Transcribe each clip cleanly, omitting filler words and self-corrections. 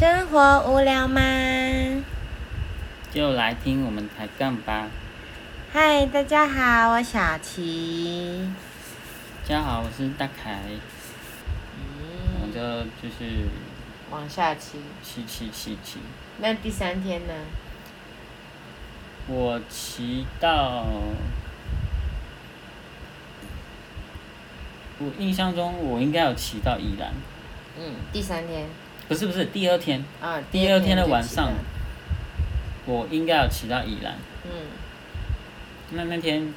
生活无聊吗？ 就来听我们抬杠吧。 嗨，大家好，我小琪。 大家好，我是大凯。我们就是往下骑。 骑。 那第3天呢？ 我骑到，我印象中我应该有骑到宜兰。 第3天。 不是第2天。第二天的晚上，我应该有骑到宜兰。那天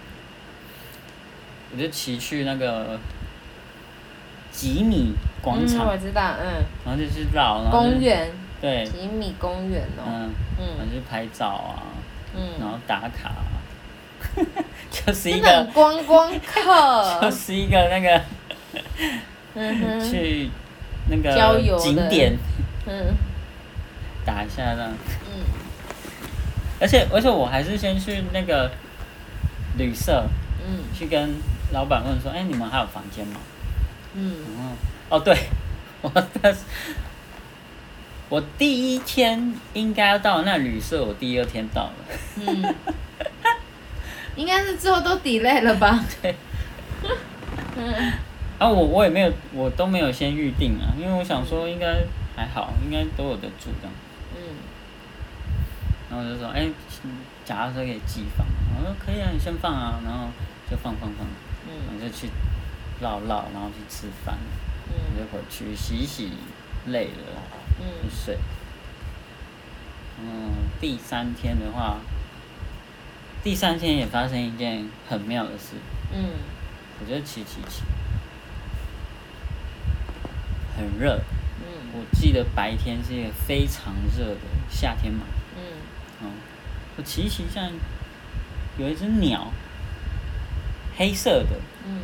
我就骑去那个吉米广场。 我知道， 然后就是绕， 公园。 对。 吉米公园哦。 然后就拍照啊。然后打卡啊。就是一个。真的很观光客。 就是一个那个。去那个景点。打一下这样。而且我还是先去那个旅社。去跟老板问说，你们还有房间吗？对，我第1天应该要到那旅社，我第2天到了。 应该是之后都 delay 了吧？ 对。我也没有，我都没有先预定啊，因为我想说应该还好，应该都有得住这样。然后我就说，脚踏车可以寄放，我说可以啊，你先放啊，然后就放，然后就去绕，然后去吃饭，我就回去洗，累了，就睡。第3天的话，第3天也发生一件很妙的事。我就骑，很热。我记得白天是一个非常热的夏天嘛。我骑像有一只鸟，黑色的。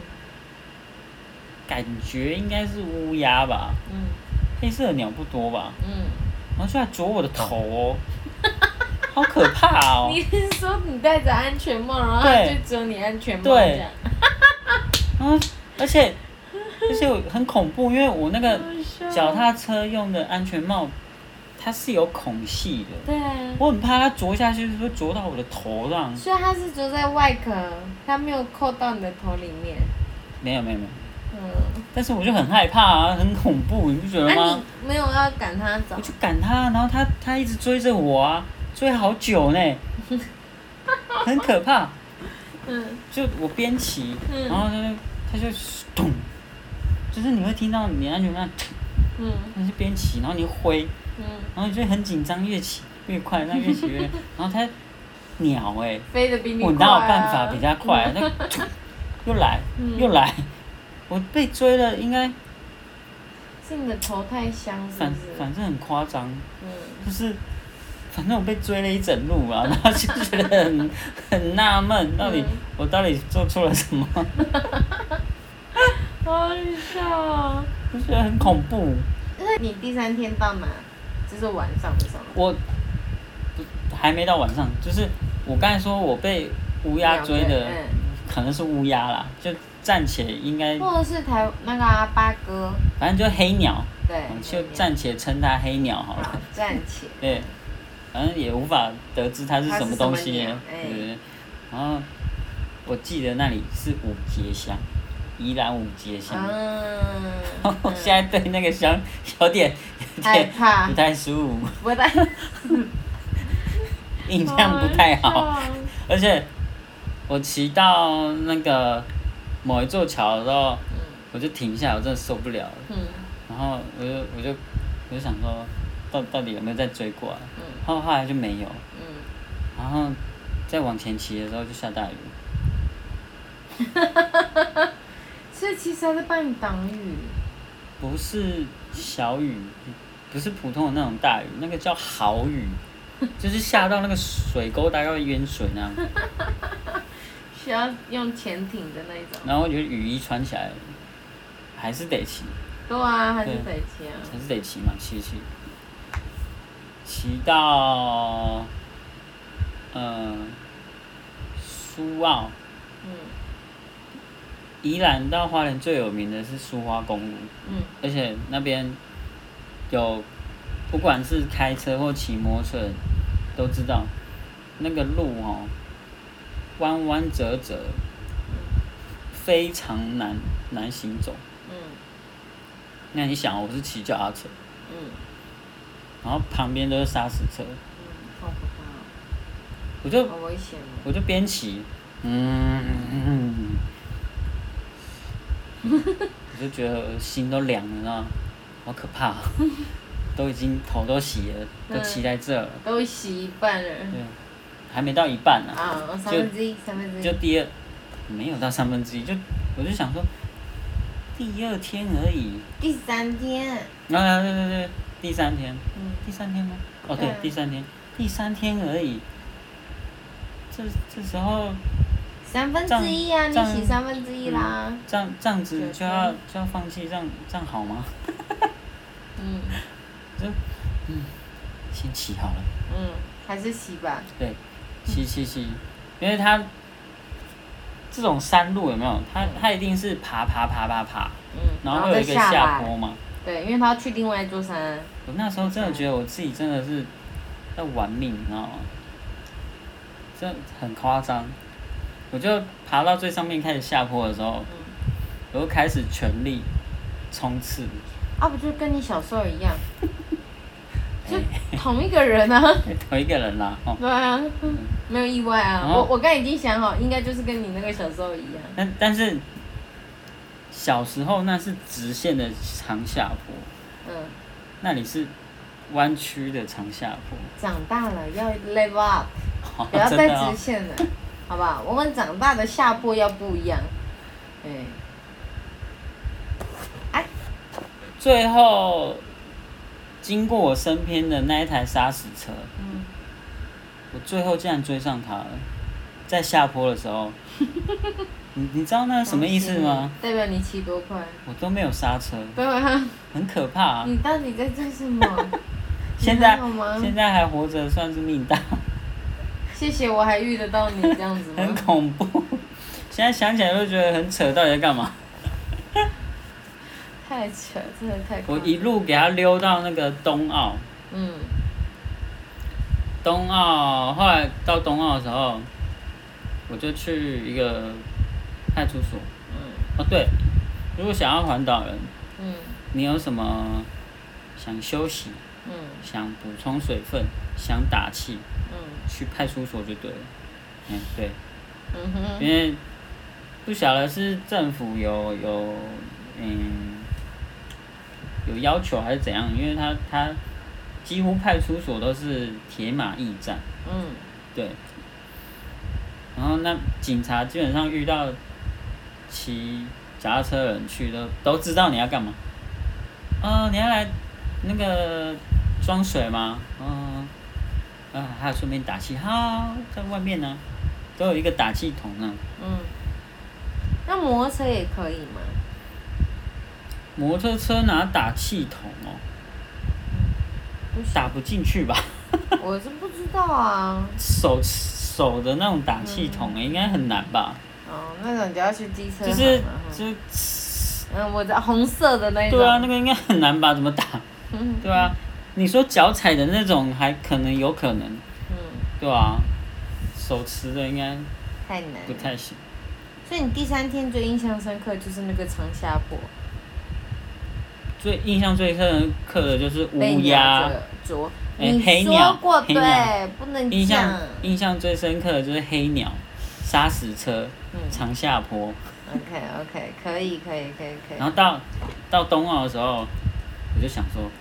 感觉应该是乌鸦吧。黑色的鸟不多吧。然后就来啄我的头哦。好可怕哦！ 你是说你戴着安全帽，然后它就只有你安全帽这样？ 然后而且很恐怖，因为我那个脚踏车用的安全帽，它是有孔隙的。 对。 我很怕它啄下去会啄到我的头上。 所以它是啄在外壳，它没有扣到你的头里面。 没有。但是我就很害怕啊，很恐怖，你不觉得吗？ 你没有要赶它走？ 我就赶它，然后它一直追着我啊，追好久呢。很可怕。就我边骑，然后它就咚，就是你会听到你安全帽，它是边骑，然后你挥，然后你就很紧张，越骑越快，那越骑越，然后它鸟飞得比你快啊， 我哪有办法比它快？它又来，我被追了，应该是你的头太香，是不是？ 反正很夸张。就是反正我被追了一整路啊，然后就觉得很纳闷，我到底做错了什么？ 好笑哦！ 就觉得很恐怖。 你第3天到哪？就是晚上的时候。 我还没到晚上，就是我刚才说我被乌鸦追的，可能是乌鸦啦，就暂且应该。 或者是那个八哥。 反正就黑鸟。 对。 就暂且称它黑鸟好了。 暂且。 对。反正也无法得知它是什么东西。对。然后我记得那里是五节乡，宜兰五节乡。我现在对那个乡有点害怕， 不太舒服。 不太。 印象不太好。而且我骑到那个某一座桥的时候，我就停下来，我真的受不了了。然后我就想说，到底有没有再追过来？后来就没有。然后再往前骑的时候就下大雨。 所以其实还在帮你挡雨。 不是小雨，不是普通的那种大雨，那个叫豪雨，就是下到那个水沟大概会淹水那样。 需要用潜艇的那种。 然后我觉得雨衣穿起来还是得骑。 对啊，还是得骑啊。 还是得骑嘛，骑到苏澳。宜兰到花莲最有名的是苏花公路。而且那边有不管是开车或骑摩托车，都知道那个路弯弯折折，非常难行走。那你想，我是骑脚踏车，然后旁边都是砂石车， 好可怕哦。好危险哦。 我就边骑，我就觉得心都凉了，你知道吗？好可怕，都已经头都洗了，都骑在这了。 都洗一半了。 对，还没到一半呢。 三分之一。 就第二，没有到1/3，我就想说，第2天而已。 第3天。 对，第3天。第3天吗？哦，对，第3天，第3天而已。这时候。 1/3啊，你洗1/3啦。 这样子就要放弃，这样好吗？先骑好了。 还是洗吧。 对，骑，因为它这种山路有没有？它一定是爬，然后会有一个下坡嘛。 对，因为它要去另外一座山。 我那时候真的觉得我自己真的是在玩命，你知道吗？这很夸张。我就爬到最上面开始下坡的时候，我就开始全力冲刺。 不就跟你小时候一样，就同一个人啊。 同一个人啦， 对啊，没有意外啊。我刚已经想好，应该就是跟你那个小时候一样。 但是小时候那是直线的长下坡，那里是弯曲的长下坡。 长大了要 level up， 不要再直线了。好不好？我们长大的下坡要不一样。 最后经过我身边的那一台砂石车，我最后竟然追上它了，在下坡的时候，你知道那是什么意思吗？ 代表你骑多快？ 我都没有刹车。 对啊。 很可怕。 你到底在做什么？ 现在还活着，算是命大。 谢谢，我还遇得到你这样子吗？ 很恐怖，现在想起来都觉得很扯，到底在干嘛？ 太扯，真的太我一路给他溜到那个东澳。东澳，后来到东澳的时候，我就去一个派出所。对，如果想要环岛人，你有什么想休息，想补充水分，想打气。去派出所就对了。对。因为不晓得是政府有要求还是怎样，因为他几乎派出所都是铁马驿站。对。然后那警察基本上遇到骑脚踏车的人去都知道你要干嘛。你要来那个装水吗？还有顺便打气，在外面呢，都有一个打气筒呢。 那摩托车也可以吗？ 摩托车拿打气筒哦？打不进去吧？ 我是不知道啊。 手的那种打气筒应该很难吧？ 那种就要去机车行。我知道红色的那种。 对啊，那个应该很难吧？怎么打？对啊。你说脚踩的那种还有可能，对啊，手持的应该太难， 不太行。 所以你第3天最印象深刻就是那个长下坡。 最印象最深刻的就是乌鸦。 你说过对，不能讲。 印象最深刻的就是黑鸟，砂石车，长下坡。 OK， 可以。 然后到东澳的时候，我就想说，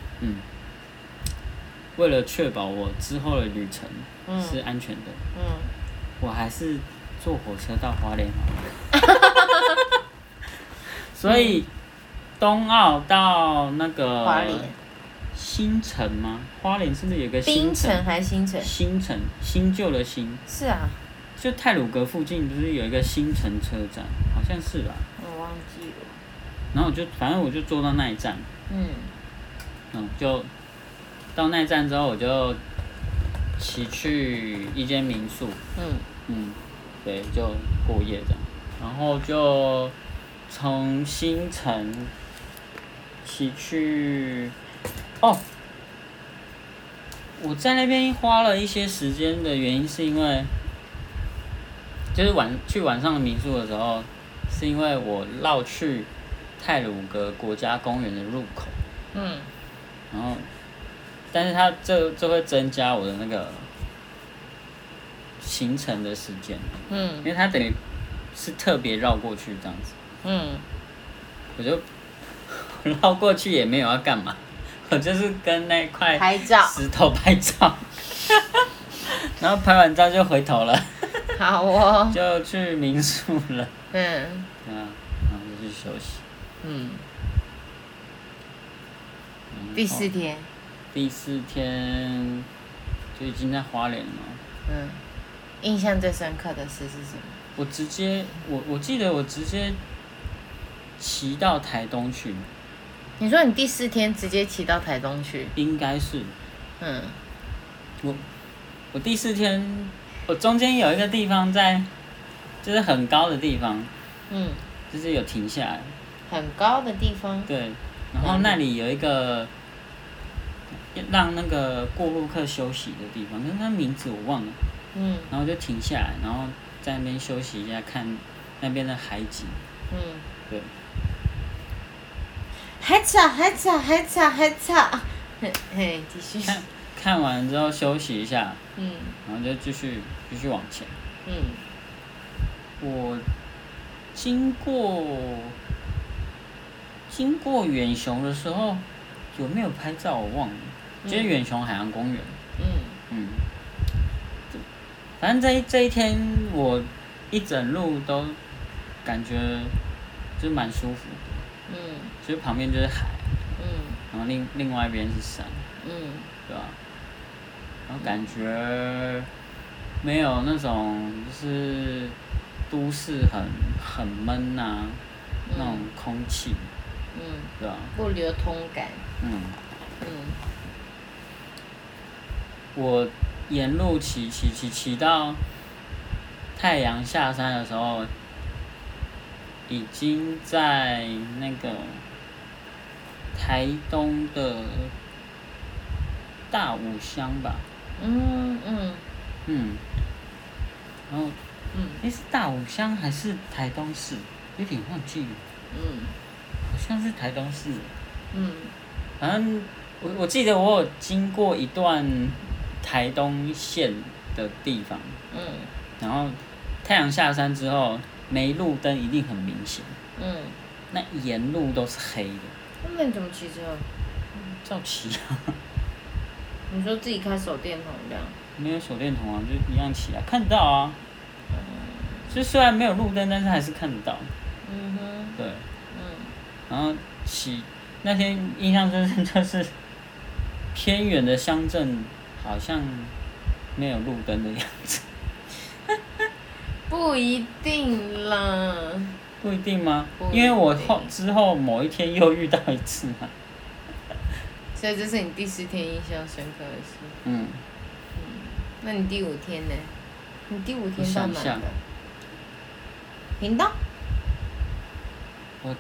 为了确保我之后的旅程是安全的，我还是坐火车到花莲好了。所以东澳到那个花莲新城吗？花莲是不是有个新城？ 槟城还是新城？ 新城，新旧的新。 是啊。 就太鲁阁附近不是有一个新城车站？好像是吧。 我忘记了。 然后反正我就坐到那一站。就到那一站之后，我就骑去一间民宿。对，就过夜这样。然后就从新城骑去我在那边花了一些时间的原因，是因为就是去晚上的民宿的时候，是因为我绕去太鲁阁国家公园的入口。然后，但是它这会增加我的那个行程的时间。因为它等于是特别绕过去这样子。我就绕过去也没有要干嘛，我就是跟那块石头拍照，然后拍完照就回头了。 好哦。 就去民宿了。然后就去休息。 第四天就已经在花莲了。 印象最深刻的事是什么？ 我记得我直接骑到台东去。 你说你第4天直接骑到台东去？ 应该是。我第4天，我中间有一个地方就是很高的地方。就是有停下来。 很高的地方。 对，然后那里有一个让那个过路客休息的地方，可是它名字我忘了。然后就停下来，然后在那边休息一下，看那边的海景。对。 海草。嘿，继续。 看完之后休息一下。然后就继续往前。我经过远雄的时候，有没有拍照我忘了。就是远雄海洋公园。反正这一天我一整路都感觉就蛮舒服的。就是旁边就是海。然后另外一边是山。对吧？然后感觉没有那种就是都市很闷啊，那种空气。对吧？ 不流通感。 我沿路骑到太阳下山的时候，已经在那个台东的大武乡吧。然后是大武乡还是台东市？有点忘记了。好像是台东市。反正我记得我有经过一段台东县的地方。然后太阳下山之后，没路灯一定很明显。那沿路都是黑的。 那你怎么骑车？ 照骑啊。 你说自己开手电筒这样？ 没有手电筒啊，就一样骑啊，看得到啊。就虽然没有路灯，但是还是看得到。对。然后那天印象最深就是偏远的乡镇好像没有路灯的样子。 不一定啦。 不一定吗？因为我之后某一天又遇到一次嘛。 所以这是你第4天印象深刻的事。那你第5天呢？你第5天到哪的？屏东。 我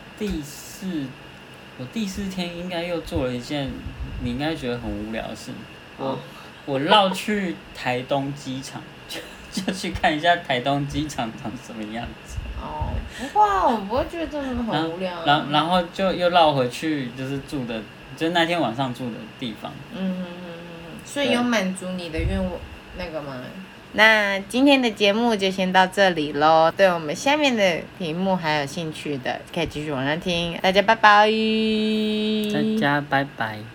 第4天应该又做了一件你应该觉得很无聊的事。我绕去台东机场，就去看一下台东机场长什么样子。 不会啊，我不会觉得真的很无聊。 然后就又绕回去，就是就是那天晚上住的地方。 所以有满足你的愿望那个吗？那今天的节目就先到这里咯。对我们下面的题目还有兴趣的，可以继续往上听。大家拜拜。 大家拜拜。